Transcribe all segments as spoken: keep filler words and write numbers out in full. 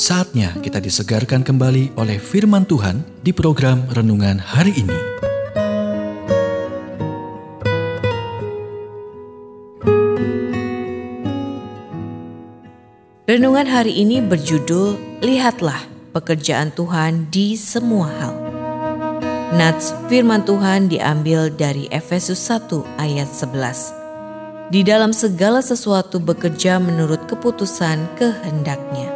Saatnya kita disegarkan kembali oleh firman Tuhan di program Renungan Hari Ini. Renungan hari ini berjudul Lihatlah Pekerjaan Tuhan di Semua Hal. Nats firman Tuhan diambil dari Efesus satu ayat sebelas. Di dalam segala sesuatu bekerja menurut keputusan kehendaknya.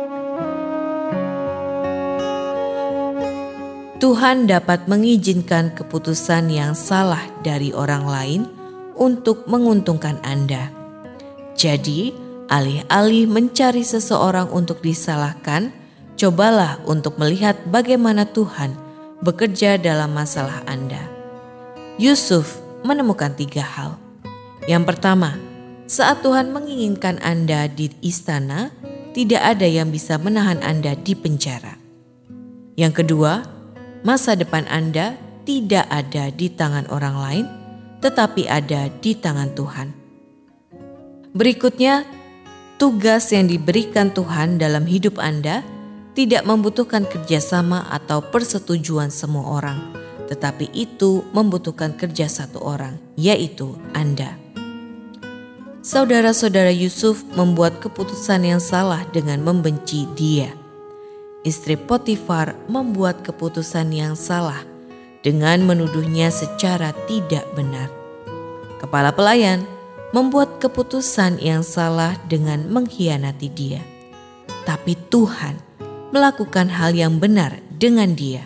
Tuhan dapat mengizinkan keputusan yang salah dari orang lain untuk menguntungkan Anda. Jadi, alih-alih mencari seseorang untuk disalahkan, cobalah untuk melihat bagaimana Tuhan bekerja dalam masalah Anda. Yusuf menemukan tiga hal. Yang pertama, saat Tuhan menginginkan Anda di istana, tidak ada yang bisa menahan Anda di penjara. Yang kedua, masa depan Anda tidak ada di tangan orang lain, tetapi ada di tangan Tuhan. Berikutnya, tugas yang diberikan Tuhan dalam hidup Anda tidak membutuhkan kerjasama atau persetujuan semua orang, tetapi itu membutuhkan kerja satu orang, yaitu Anda. Saudara-saudara Yusuf membuat keputusan yang salah dengan membenci dia. Istri Potifar membuat keputusan yang salah dengan menuduhnya secara tidak benar. Kepala pelayan membuat keputusan yang salah dengan mengkhianati dia. Tapi Tuhan melakukan hal yang benar dengan dia.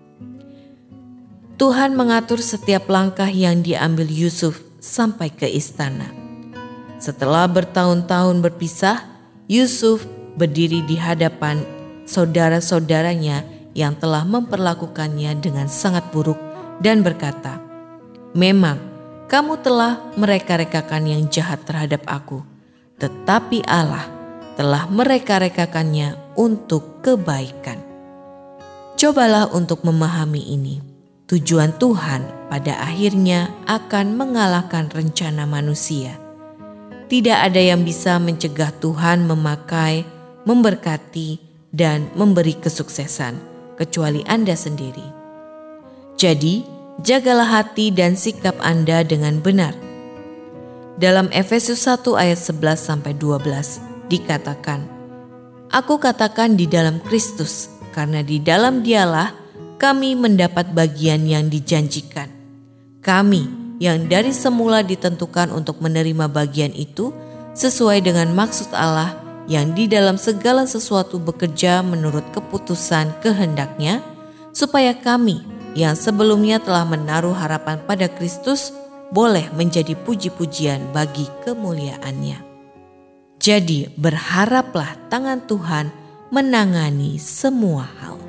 Tuhan mengatur setiap langkah yang diambil Yusuf sampai ke istana. Setelah bertahun-tahun berpisah, Yusuf berdiri di hadapan saudara-saudaranya yang telah memperlakukannya dengan sangat buruk dan berkata, "Memang kamu telah mereka-rekakan yang jahat terhadap aku, tetapi Allah telah mereka-rekakannya untuk kebaikan." Cobalah untuk memahami ini. Tujuan Tuhan pada akhirnya akan mengalahkan rencana manusia. Tidak ada yang bisa mencegah Tuhan memakai, memberkati, dan memberi kesuksesan, kecuali Anda sendiri. Jadi, jagalah hati dan sikap Anda dengan benar. Dalam Efesus satu ayat sebelas sampai dua belas dikatakan, "Aku katakan di dalam Kristus, karena di dalam Dialah kami mendapat bagian yang dijanjikan. Kami yang dari semula ditentukan untuk menerima bagian itu sesuai dengan maksud Allah yang di dalam segala sesuatu bekerja menurut keputusan kehendaknya, supaya kami yang sebelumnya telah menaruh harapan pada Kristus boleh menjadi puji-pujian bagi kemuliaannya." Jadi berharaplah tangan Tuhan menangani semua hal.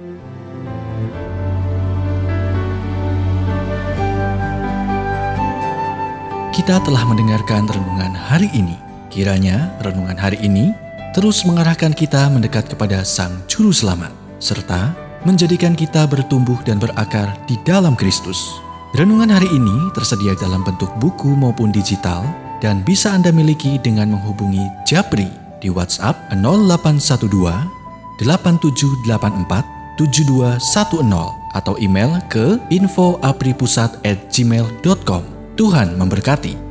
Kita telah mendengarkan renungan hari ini. Kiranya renungan hari ini terus mengarahkan kita mendekat kepada Sang Juru Selamat, serta menjadikan kita bertumbuh dan berakar di dalam Kristus. Renungan hari ini tersedia dalam bentuk buku maupun digital dan bisa Anda miliki dengan menghubungi Japri di WhatsApp nol delapan satu dua delapan tujuh delapan empat tujuh dua satu nol atau email ke info apripusat at gmail dot com. Tuhan memberkati.